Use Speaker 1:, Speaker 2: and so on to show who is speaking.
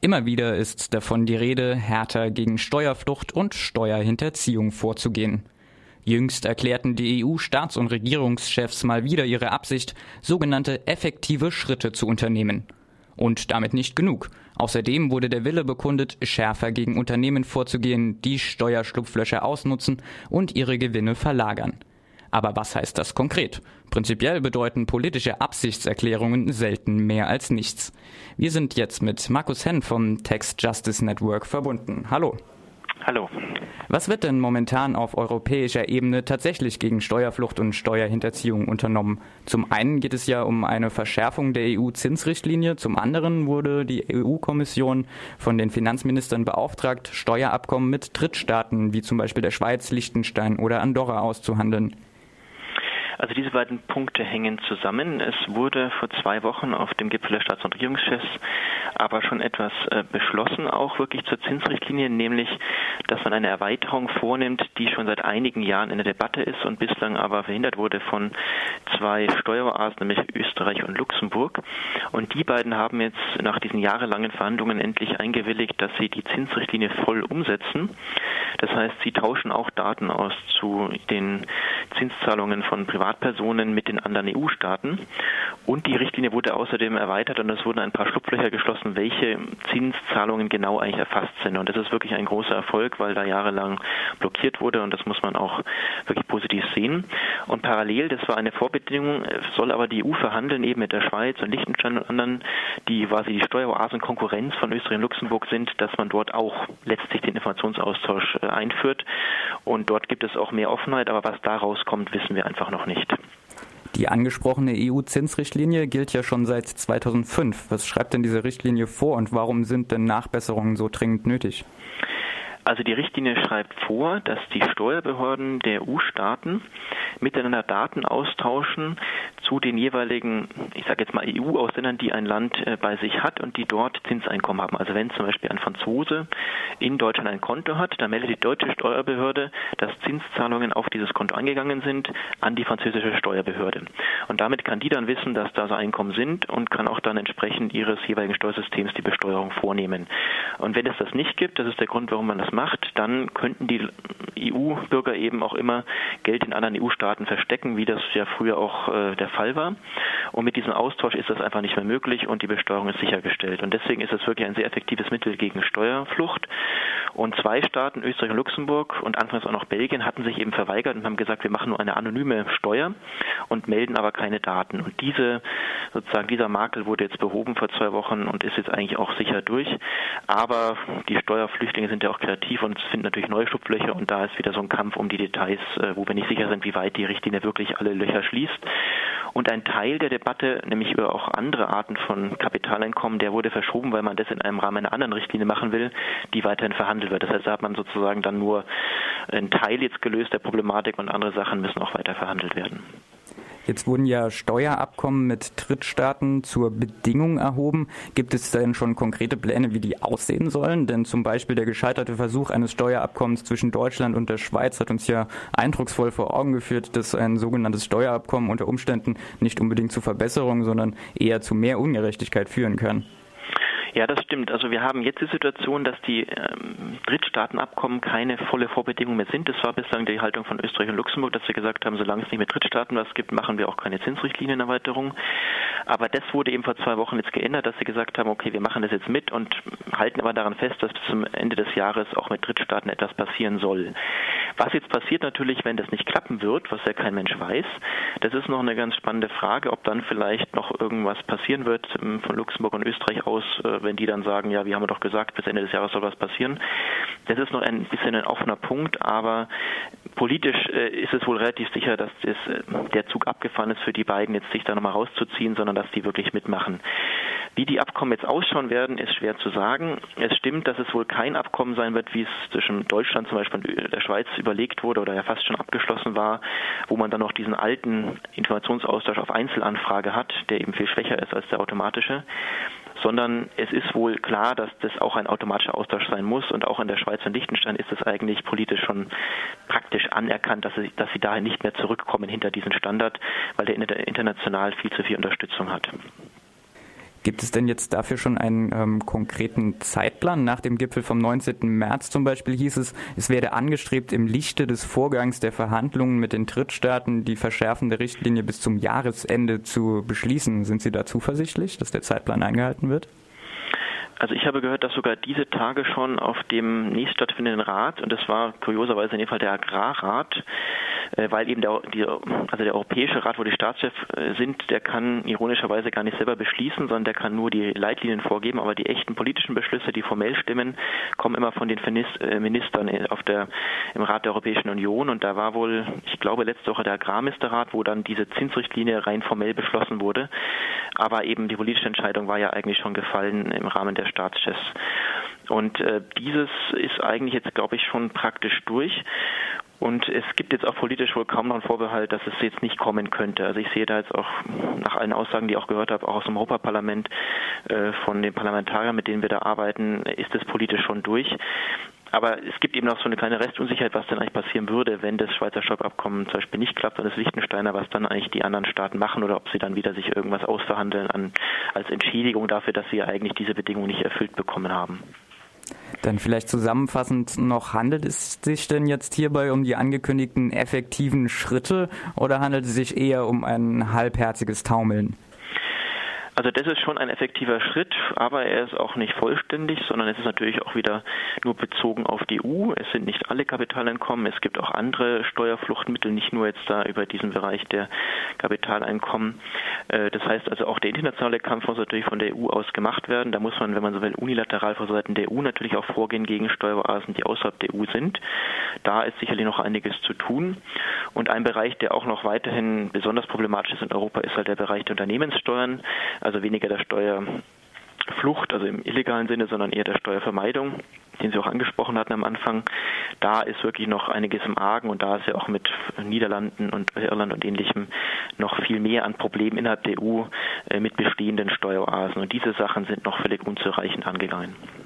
Speaker 1: Immer wieder ist davon die Rede, härter gegen Steuerflucht und Steuerhinterziehung vorzugehen. Jüngst erklärten die EU-Staats- und Regierungschefs mal wieder ihre Absicht, sogenannte effektive Schritte zu unternehmen. Und damit nicht genug. Außerdem wurde der Wille bekundet, schärfer gegen Unternehmen vorzugehen, die Steuerschlupflöcher ausnutzen und ihre Gewinne verlagern. Aber was heißt das konkret? Prinzipiell bedeuten politische Absichtserklärungen selten mehr als nichts. Wir sind jetzt mit Markus Henn vom Tax Justice Network verbunden. Hallo.
Speaker 2: Hallo.
Speaker 1: Was wird denn momentan auf europäischer Ebene tatsächlich gegen Steuerflucht und Steuerhinterziehung unternommen? Zum einen geht es ja um eine Verschärfung der EU-Zinsrichtlinie, zum anderen wurde die EU-Kommission von den Finanzministern beauftragt, Steuerabkommen mit Drittstaaten wie zum Beispiel der Schweiz, Liechtenstein oder Andorra auszuhandeln.
Speaker 2: Also diese beiden Punkte hängen zusammen. Es wurde vor 2 Wochen auf dem Gipfel der Staats- und Regierungschefs aber schon etwas beschlossen, auch wirklich zur Zinsrichtlinie, nämlich, dass man eine Erweiterung vornimmt, die schon seit einigen Jahren in der Debatte ist und bislang aber verhindert wurde von 2 Steueroasen, nämlich Österreich und Luxemburg. Und die beiden haben jetzt nach diesen jahrelangen Verhandlungen endlich eingewilligt, dass sie die Zinsrichtlinie voll umsetzen. Das heißt, sie tauschen auch Daten aus zu den Zinszahlungen von Privatpersonen mit den anderen EU-Staaten. Und die Richtlinie wurde außerdem erweitert und es wurden ein paar Schlupflöcher geschlossen, welche Zinszahlungen genau eigentlich erfasst sind. Und das ist wirklich ein großer Erfolg, weil da jahrelang blockiert wurde und das muss man auch wirklich positiv sehen. Und parallel, das war eine Vorbedingung, soll aber die EU verhandeln, eben mit der Schweiz und Liechtenstein und anderen, die quasi die Steueroasen Konkurrenz von Österreich und Luxemburg sind, dass man dort auch letztlich den Informationsaustausch einführt. Und dort gibt es auch mehr Offenheit, aber was da rauskommt, wissen wir einfach noch nicht.
Speaker 1: Die angesprochene EU-Zinsrichtlinie gilt ja schon seit 2005. Was schreibt denn diese Richtlinie vor und warum sind denn Nachbesserungen so dringend nötig?
Speaker 2: Also die Richtlinie schreibt vor, dass die Steuerbehörden der EU-Staaten miteinander Daten austauschen zu den jeweiligen, ich sage jetzt mal EU-Ausländern, die ein Land bei sich hat und die dort Zinseinkommen haben. Also wenn zum Beispiel ein Franzose in Deutschland ein Konto hat, dann meldet die deutsche Steuerbehörde, dass Zinszahlungen auf dieses Konto eingegangen sind, an die französische Steuerbehörde. Und damit kann die dann wissen, dass da so Einkommen sind und kann auch dann entsprechend ihres jeweiligen Steuersystems die Besteuerung vornehmen. Und wenn es das nicht gibt, das ist der Grund, warum man das macht, dann könnten die EU-Bürger eben auch immer Geld in anderen EU-Staaten verstecken, wie das ja früher auch der Fall war. Und mit diesem Austausch ist das einfach nicht mehr möglich und die Besteuerung ist sichergestellt. Und deswegen ist es wirklich ein sehr effektives Mittel gegen Steuerflucht. Und 2 Staaten, Österreich und Luxemburg und anfangs auch noch Belgien, hatten sich eben verweigert und haben gesagt, wir machen nur eine anonyme Steuer und melden aber keine Daten. Und dieser Makel wurde jetzt behoben vor 2 Wochen und ist jetzt eigentlich auch sicher durch. Aber die Steuerflüchtlinge sind ja auch kreativ und finden natürlich neue Schlupflöcher und da ist wieder so ein Kampf um die Details, wo wir nicht sicher sind, wie weit die Richtlinie wirklich alle Löcher schließt. Und ein Teil der Debatte, nämlich über auch andere Arten von Kapitaleinkommen, der wurde verschoben, weil man das in einem Rahmen einer anderen Richtlinie machen will, die weiterhin verhandelt wird. Das heißt, da hat man sozusagen dann nur einen Teil jetzt gelöst der Problematik und andere Sachen müssen auch weiter verhandelt werden.
Speaker 1: Jetzt wurden ja Steuerabkommen mit Drittstaaten zur Bedingung erhoben. Gibt es denn schon konkrete Pläne, wie die aussehen sollen? Denn zum Beispiel der gescheiterte Versuch eines Steuerabkommens zwischen Deutschland und der Schweiz hat uns ja eindrucksvoll vor Augen geführt, dass ein sogenanntes Steuerabkommen unter Umständen nicht unbedingt zu Verbesserungen, sondern eher zu mehr Ungerechtigkeit führen kann.
Speaker 2: Ja, das stimmt. Also wir haben jetzt die Situation, dass die Drittstaatenabkommen keine volle Vorbedingung mehr sind. Das war bislang die Haltung von Österreich und Luxemburg, dass sie gesagt haben, solange es nicht mit Drittstaaten was gibt, machen wir auch keine Zinsrichtlienienerweiterung. Aber das wurde eben vor 2 Wochen jetzt geändert, dass sie gesagt haben, okay, wir machen das jetzt mit und halten aber daran fest, dass bis zum Ende des Jahres auch mit Drittstaaten etwas passieren soll. Was jetzt passiert natürlich, wenn das nicht klappen wird, was ja kein Mensch weiß, das ist noch eine ganz spannende Frage, ob dann vielleicht noch irgendwas passieren wird von Luxemburg und Österreich aus, wenn die dann sagen, ja, wir haben doch gesagt, bis Ende des Jahres soll was passieren. Das ist noch ein bisschen ein offener Punkt, aber politisch ist es wohl relativ sicher, dass der Zug abgefahren ist für die beiden, jetzt sich da nochmal rauszuziehen, sondern dass die wirklich mitmachen. Wie die Abkommen jetzt ausschauen werden, ist schwer zu sagen. Es stimmt, dass es wohl kein Abkommen sein wird, wie es zwischen Deutschland zum Beispiel und der Schweiz überlegt wurde oder ja fast schon abgeschlossen war, wo man dann noch diesen alten Informationsaustausch auf Einzelanfrage hat, der eben viel schwächer ist als der automatische. Sondern es ist wohl klar, dass das auch ein automatischer Austausch sein muss und auch in der Schweiz und Liechtenstein ist es eigentlich politisch schon praktisch anerkannt, dass sie dahin nicht mehr zurückkommen hinter diesen Standard, weil der international viel zu viel Unterstützung hat.
Speaker 1: Gibt es denn jetzt dafür schon einen konkreten Zeitplan? Nach dem Gipfel vom 19. März zum Beispiel hieß es, es werde angestrebt, im Lichte des Vorgangs der Verhandlungen mit den Drittstaaten die verschärfende Richtlinie bis zum Jahresende zu beschließen. Sind Sie da zuversichtlich, dass der Zeitplan eingehalten wird?
Speaker 2: Also ich habe gehört, dass sogar diese Tage schon auf dem nächst stattfindenden Rat, und das war kurioserweise in dem Fall der Agrarrat, weil eben der Europäische Rat, wo die Staatschefs sind, der kann ironischerweise gar nicht selber beschließen, sondern der kann nur die Leitlinien vorgeben, aber die echten politischen Beschlüsse, die formell stimmen, kommen immer von den Ministern im Rat der Europäischen Union, und da war wohl, ich glaube, letzte Woche der Agrarministerrat, wo dann diese Zinsrichtlinie rein formell beschlossen wurde, aber eben die politische Entscheidung war ja eigentlich schon gefallen im Rahmen der Staatschefs. Und dieses ist eigentlich jetzt, glaube ich, schon praktisch durch. Und es gibt jetzt auch politisch wohl kaum noch einen Vorbehalt, dass es jetzt nicht kommen könnte. Also ich sehe da jetzt auch nach allen Aussagen, die ich auch gehört habe, auch aus dem Europaparlament, von den Parlamentariern, mit denen wir da arbeiten, ist es politisch schon durch. Aber es gibt eben noch so eine kleine Restunsicherheit, was dann eigentlich passieren würde, wenn das Schweizer Steuerabkommen zum Beispiel nicht klappt und das Liechtensteiner, was dann eigentlich die anderen Staaten machen oder ob sie dann wieder sich irgendwas ausverhandeln als Entschädigung dafür, dass sie eigentlich diese Bedingungen nicht erfüllt bekommen haben.
Speaker 1: Dann vielleicht zusammenfassend noch, handelt es sich denn jetzt hierbei um die angekündigten effektiven Schritte oder handelt es sich eher um ein halbherziges Taumeln?
Speaker 2: Also das ist schon ein effektiver Schritt, aber er ist auch nicht vollständig, sondern es ist natürlich auch wieder nur bezogen auf die EU. Es sind nicht alle Kapitaleinkommen, es gibt auch andere Steuerfluchtmittel, nicht nur jetzt da über diesen Bereich der Kapitaleinkommen. Das heißt also auch der internationale Kampf muss natürlich von der EU aus gemacht werden. Da muss man, wenn man so will, unilateral von Seiten der EU natürlich auch vorgehen gegen Steueroasen, die außerhalb der EU sind. Da ist sicherlich noch einiges zu tun. Und ein Bereich, der auch noch weiterhin besonders problematisch ist in Europa, ist halt der Bereich der Unternehmenssteuern. Also weniger der Steuerflucht, also im illegalen Sinne, sondern eher der Steuervermeidung, den Sie auch angesprochen hatten am Anfang. Da ist wirklich noch einiges im Argen und da ist ja auch mit Niederlanden und Irland und Ähnlichem noch viel mehr an Problemen innerhalb der EU mit bestehenden Steueroasen. Und diese Sachen sind noch völlig unzureichend angegangen.